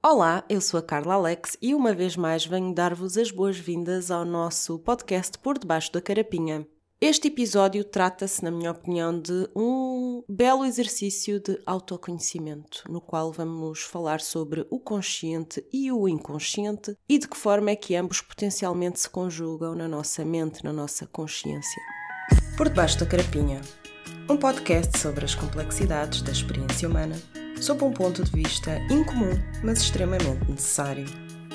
Olá, eu sou a Carla Alex e uma vez mais venho dar-vos as boas-vindas ao nosso podcast Por Debaixo da Carapinha. Este episódio trata-se, na minha opinião, de um belo exercício de autoconhecimento, no qual vamos falar sobre o consciente e o inconsciente e de que forma é que ambos potencialmente se conjugam na nossa mente, na nossa consciência. Por Debaixo da Carapinha, um podcast sobre as complexidades da experiência humana, sob um ponto de vista incomum, mas extremamente necessário.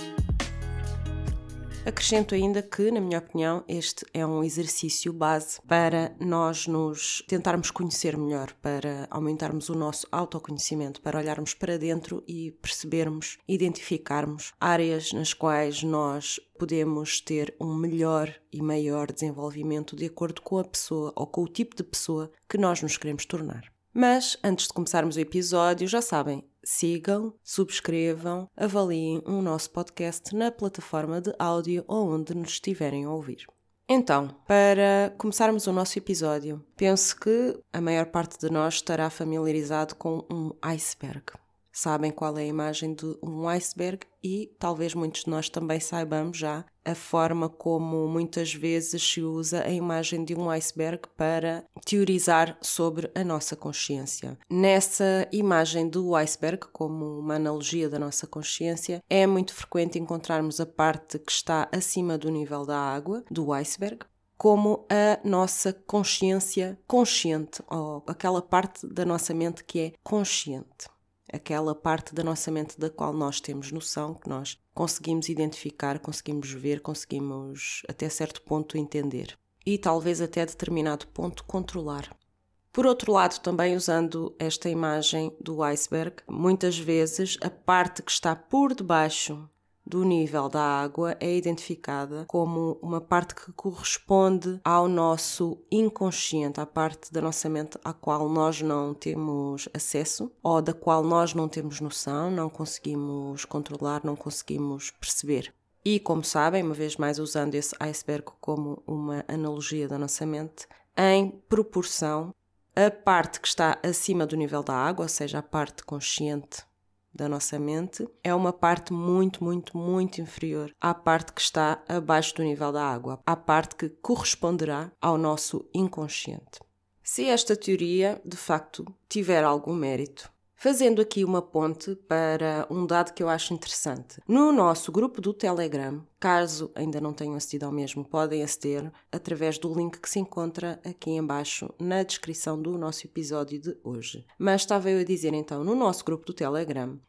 Acrescento ainda que, na minha opinião, este é um exercício base para nós nos tentarmos conhecer melhor, para aumentarmos o nosso autoconhecimento, para olharmos para dentro e percebermos, identificarmos áreas nas quais nós podemos ter um melhor e maior desenvolvimento de acordo com a pessoa ou com o tipo de pessoa que nós nos queremos tornar. Mas, antes de começarmos o episódio, já sabem, sigam, subscrevam, avaliem o nosso podcast na plataforma de áudio ou onde nos estiverem a ouvir. Então, para começarmos o nosso episódio, penso que a maior parte de nós estará familiarizado com um iceberg. Sabem qual é a imagem de um iceberg e talvez muitos de nós também saibamos já a forma como muitas vezes se usa a imagem de um iceberg para teorizar sobre a nossa consciência. Nessa imagem do iceberg, como uma analogia da nossa consciência, é muito frequente encontrarmos a parte que está acima do nível da água, do iceberg, como a nossa consciência consciente, ou aquela parte da nossa mente que é consciente. Aquela parte da nossa mente da qual nós temos noção, que nós conseguimos identificar, conseguimos ver, conseguimos até certo ponto entender e talvez até determinado ponto controlar. Por outro lado, também usando esta imagem do iceberg, muitas vezes a parte que está por debaixo do nível da água é identificada como uma parte que corresponde ao nosso inconsciente, à parte da nossa mente à qual nós não temos acesso ou da qual nós não temos noção, não conseguimos controlar, não conseguimos perceber. E, como sabem, uma vez mais usando esse iceberg como uma analogia da nossa mente, em proporção, a parte que está acima do nível da água, ou seja, a parte consciente da nossa mente, é uma parte muito inferior à parte que está abaixo do nível da água, à parte que corresponderá ao nosso inconsciente. Se esta teoria, de facto, tiver algum mérito, fazendo aqui uma ponte para um dado que eu acho interessante. No nosso grupo do Telegram, caso ainda não tenham acedido ao mesmo, podem aceder através do link que se encontra aqui em baixo na descrição do nosso episódio de hoje. Mas estava eu a dizer então, no nosso grupo do Telegram,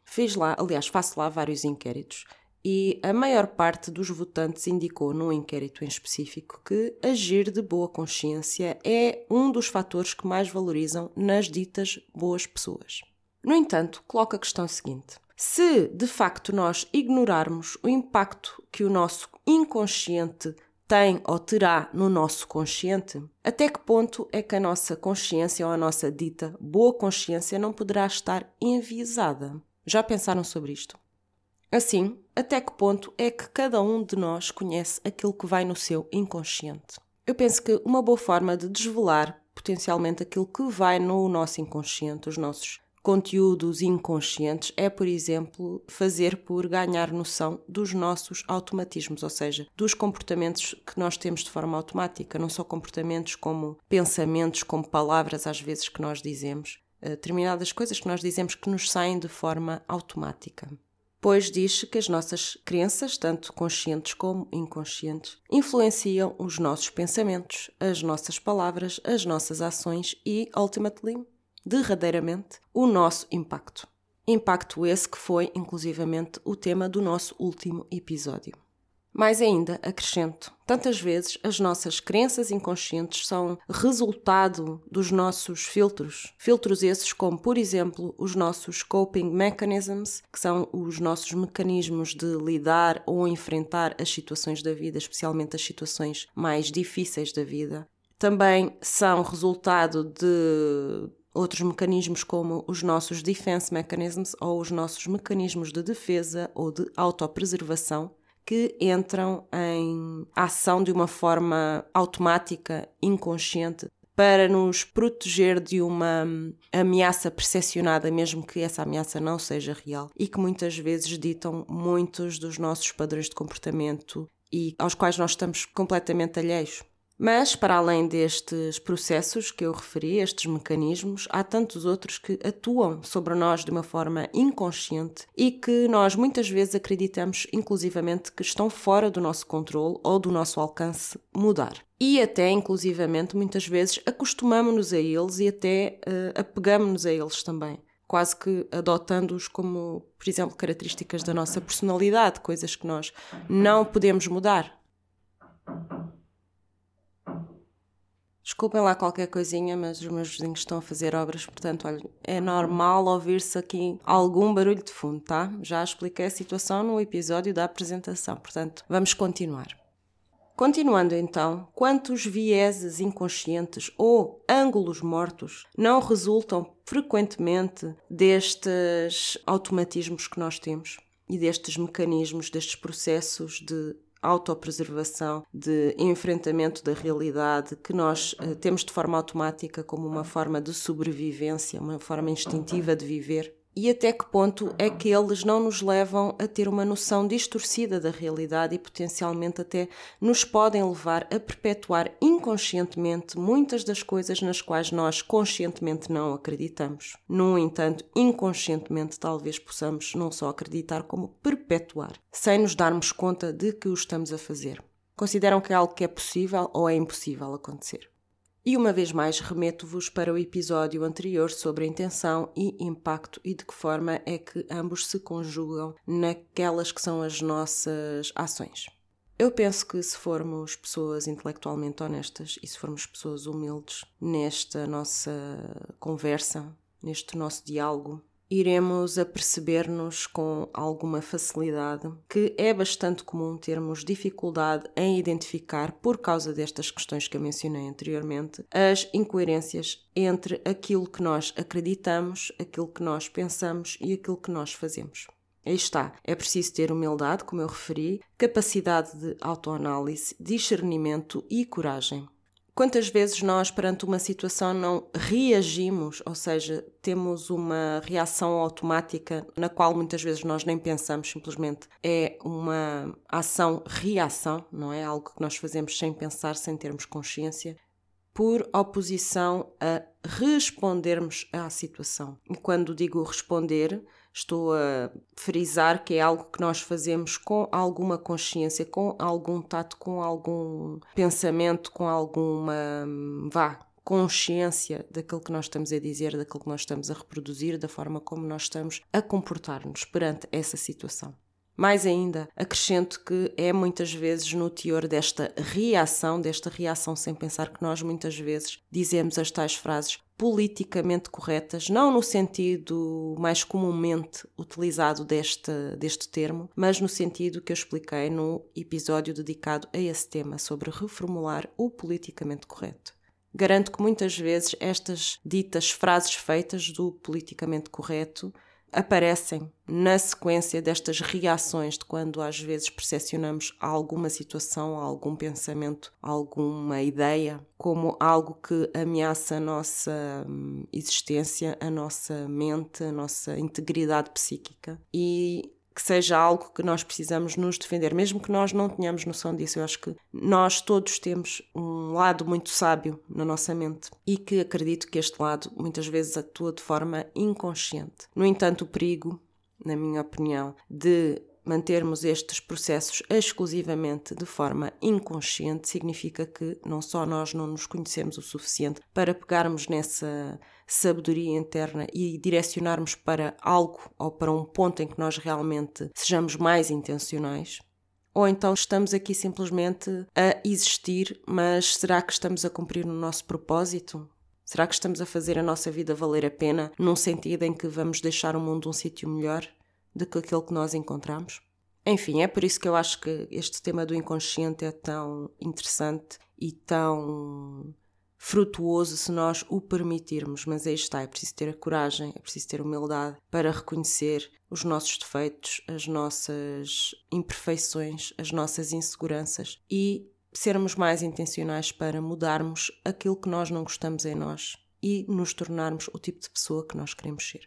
faço lá vários inquéritos e a maior parte dos votantes indicou num inquérito em específico que agir de boa consciência é um dos fatores que mais valorizam nas ditas boas pessoas. No entanto, coloco a questão seguinte: se de facto nós ignorarmos o impacto que o nosso inconsciente tem ou terá no nosso consciente, até que ponto é que a nossa consciência ou a nossa dita boa consciência não poderá estar enviesada? Já pensaram sobre isto? Assim, até que ponto é que cada um de nós conhece aquilo que vai no seu inconsciente? Eu penso que uma boa forma de desvelar potencialmente aquilo que vai no nosso inconsciente, os nossos conteúdos inconscientes, é, por exemplo, fazer por ganhar noção dos nossos automatismos, ou seja, dos comportamentos que nós temos de forma automática, não só comportamentos como pensamentos, como palavras às vezes que nós dizemos, determinadas coisas que nós dizemos que nos saem de forma automática. Pois diz-se que as nossas crenças, tanto conscientes como inconscientes, influenciam os nossos pensamentos, as nossas palavras, as nossas ações e, ultimately, derradeiramente, o nosso impacto. Impacto esse que foi, inclusivamente, o tema do nosso último episódio. Mais ainda, acrescento, tantas vezes as nossas crenças inconscientes são resultado dos nossos filtros. Filtros esses como, por exemplo, os nossos coping mechanisms, que são os nossos mecanismos de lidar ou enfrentar as situações da vida, especialmente as situações mais difíceis da vida. Também são resultado de outros mecanismos como os nossos defense mechanisms ou os nossos mecanismos de defesa ou de autopreservação que entram em ação de uma forma automática, inconsciente, para nos proteger de uma ameaça percepcionada, mesmo que essa ameaça não seja real, e que muitas vezes ditam muitos dos nossos padrões de comportamento e aos quais nós estamos completamente alheios. Mas, para além destes processos que eu referi, estes mecanismos, há tantos outros que atuam sobre nós de uma forma inconsciente e que nós muitas vezes acreditamos, inclusivamente, que estão fora do nosso controle ou do nosso alcance mudar. E até, inclusivamente, muitas vezes acostumamos-nos a eles e até apegamos-nos a eles também, quase que adotando-os como, por exemplo, características da nossa personalidade, coisas que nós não podemos mudar. Desculpem lá qualquer coisinha, mas os meus vizinhos estão a fazer obras, portanto, olha, é normal ouvir-se aqui algum barulho de fundo, tá? Já expliquei a situação no episódio da apresentação, portanto, vamos continuar. Continuando então, quantos vieses inconscientes ou ângulos mortos não resultam frequentemente destes automatismos que nós temos e destes mecanismos, destes processos de autopreservação, de enfrentamento da realidade que nós temos de forma automática como uma forma de sobrevivência, uma forma instintiva de viver? E até que ponto é que eles não nos levam a ter uma noção distorcida da realidade e potencialmente até nos podem levar a perpetuar inconscientemente muitas das coisas nas quais nós conscientemente não acreditamos. No entanto, inconscientemente talvez possamos não só acreditar como perpetuar, sem nos darmos conta de que o estamos a fazer. Consideram que é algo que é possível ou é impossível acontecer? E uma vez mais remeto-vos para o episódio anterior sobre a intenção e impacto e de que forma é que ambos se conjugam naquelas que são as nossas ações. Eu penso que se formos pessoas intelectualmente honestas e se formos pessoas humildes nesta nossa conversa, neste nosso diálogo, iremos aperceber-nos com alguma facilidade que é bastante comum termos dificuldade em identificar, por causa destas questões que eu mencionei anteriormente, as incoerências entre aquilo que nós acreditamos, aquilo que nós pensamos e aquilo que nós fazemos. Aí está, é preciso ter humildade, como eu referi, capacidade de autoanálise, discernimento e coragem. Quantas vezes nós, perante uma situação, não reagimos, ou seja, temos uma reação automática na qual muitas vezes nós nem pensamos, simplesmente é uma ação-reação, não é? Algo que nós fazemos sem pensar, sem termos consciência, por oposição a respondermos à situação. E quando digo responder, estou a frisar que é algo que nós fazemos com alguma consciência, com algum tato, com algum pensamento, com alguma, consciência daquilo que nós estamos a dizer, daquilo que nós estamos a reproduzir, da forma como nós estamos a comportar-nos perante essa situação. Mais ainda, acrescento que é muitas vezes no teor desta reação sem pensar, que nós muitas vezes dizemos as tais frases politicamente corretas, não no sentido mais comumente utilizado deste termo, mas no sentido que eu expliquei no episódio dedicado a esse tema, sobre reformular o politicamente correto. Garanto que muitas vezes estas ditas frases feitas do politicamente correto aparecem na sequência destas reações de quando às vezes percepcionamos alguma situação, algum pensamento, alguma ideia como algo que ameaça a nossa existência, a nossa mente, a nossa integridade psíquica e que seja algo que nós precisamos nos defender, mesmo que nós não tenhamos noção disso. Eu acho que nós todos temos um lado muito sábio na nossa mente e que acredito que este lado muitas vezes atua de forma inconsciente. No entanto, o perigo, na minha opinião, de mantermos estes processos exclusivamente de forma inconsciente significa que não só nós não nos conhecemos o suficiente para pegarmos nessa sabedoria interna e direcionarmos para algo ou para um ponto em que nós realmente sejamos mais intencionais, ou então estamos aqui simplesmente a existir, mas será que estamos a cumprir o nosso propósito? Será que estamos a fazer a nossa vida valer a pena, num sentido em que vamos deixar o mundo um sítio melhor do que aquele que nós encontramos? Enfim, é por isso que eu acho que este tema do inconsciente é tão interessante e tão frutuoso se nós o permitirmos, mas aí está, é preciso ter a coragem, é preciso ter humildade para reconhecer os nossos defeitos, as nossas imperfeições, as nossas inseguranças e sermos mais intencionais para mudarmos aquilo que nós não gostamos em nós e nos tornarmos o tipo de pessoa que nós queremos ser.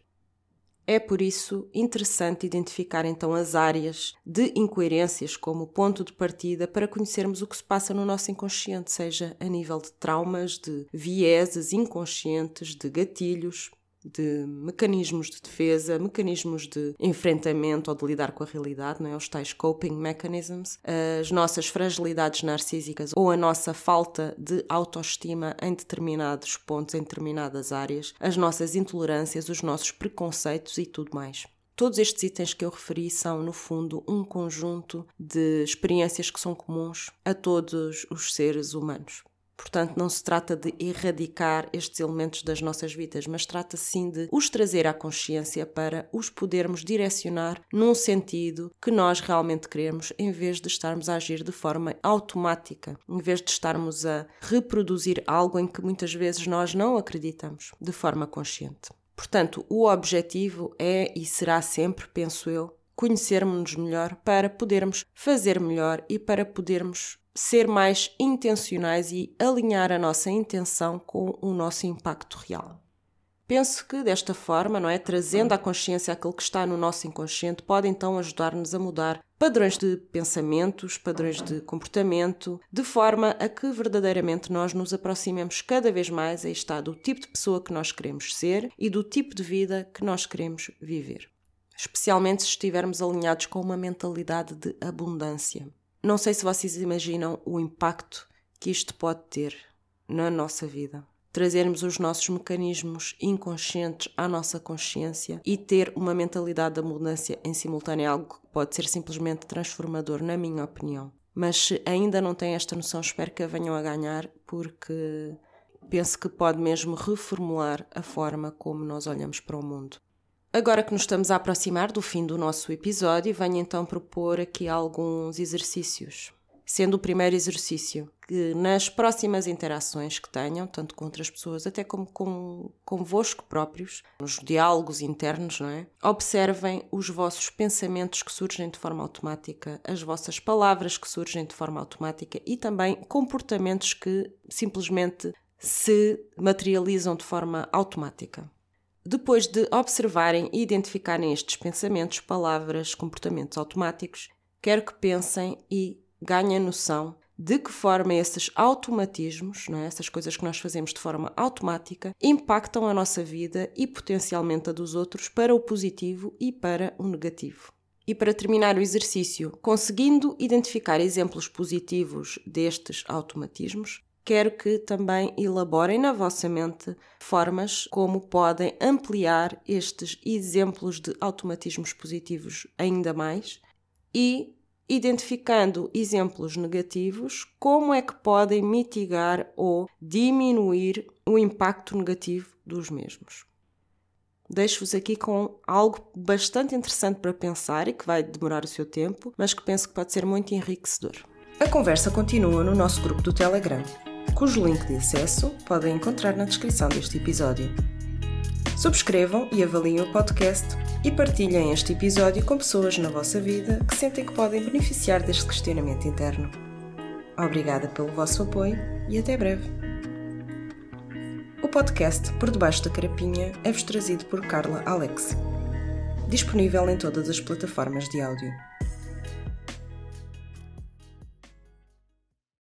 É por isso interessante identificar então as áreas de incoerências como ponto de partida para conhecermos o que se passa no nosso inconsciente, seja a nível de traumas, de vieses inconscientes, de gatilhos, de mecanismos de defesa, mecanismos de enfrentamento ou de lidar com a realidade, não é? Os tais coping mechanisms, as nossas fragilidades narcísicas ou a nossa falta de autoestima em determinados pontos, em determinadas áreas, as nossas intolerâncias, os nossos preconceitos e tudo mais. Todos estes itens que eu referi são, no fundo, um conjunto de experiências que são comuns a todos os seres humanos. Portanto, não se trata de erradicar estes elementos das nossas vidas, mas trata-se sim de os trazer à consciência para os podermos direcionar num sentido que nós realmente queremos, em vez de estarmos a agir de forma automática, em vez de estarmos a reproduzir algo em que muitas vezes nós não acreditamos de forma consciente. Portanto, o objetivo é e será sempre, penso eu, conhecermos-nos melhor para podermos fazer melhor e para podermos ser mais intencionais e alinhar a nossa intenção com o nosso impacto real. Penso que desta forma, não é, trazendo à consciência aquilo que está no nosso inconsciente, pode então ajudar-nos a mudar padrões de pensamentos, padrões de comportamento, de forma a que verdadeiramente nós nos aproximemos cada vez mais do tipo de pessoa que nós queremos ser e do tipo de vida que nós queremos viver. Especialmente se estivermos alinhados com uma mentalidade de abundância. Não sei se vocês imaginam o impacto que isto pode ter na nossa vida. Trazermos os nossos mecanismos inconscientes à nossa consciência e ter uma mentalidade de abundância em simultâneo é algo que pode ser simplesmente transformador, na minha opinião. Mas se ainda não têm esta noção, espero que a venham a ganhar, porque penso que pode mesmo reformular a forma como nós olhamos para o mundo. Agora que nos estamos a aproximar do fim do nosso episódio, venho então propor aqui alguns exercícios. Sendo o primeiro exercício que nas próximas interações que tenham, tanto com outras pessoas, até como convosco próprios, nos diálogos internos, não é? Observem os vossos pensamentos que surgem de forma automática, as vossas palavras que surgem de forma automática e também comportamentos que simplesmente se materializam de forma automática. Depois de observarem e identificarem estes pensamentos, palavras, comportamentos automáticos, quero que pensem e ganhem noção de que forma esses automatismos, não é? Essas coisas que nós fazemos de forma automática, impactam a nossa vida e potencialmente a dos outros para o positivo e para o negativo. E para terminar o exercício, conseguindo identificar exemplos positivos destes automatismos, quero que também elaborem na vossa mente formas como podem ampliar estes exemplos de automatismos positivos ainda mais e, identificando exemplos negativos, como é que podem mitigar ou diminuir o impacto negativo dos mesmos. Deixo-vos aqui com algo bastante interessante para pensar e que vai demorar o seu tempo, mas que penso que pode ser muito enriquecedor. A conversa continua no nosso grupo do Telegram, cujo link de acesso podem encontrar na descrição deste episódio. Subscrevam e avaliem o podcast e partilhem este episódio com pessoas na vossa vida que sentem que podem beneficiar deste questionamento interno. Obrigada pelo vosso apoio e até breve. O podcast Por Debaixo da Carapinha é-vos trazido por Carla Alex. Disponível em todas as plataformas de áudio.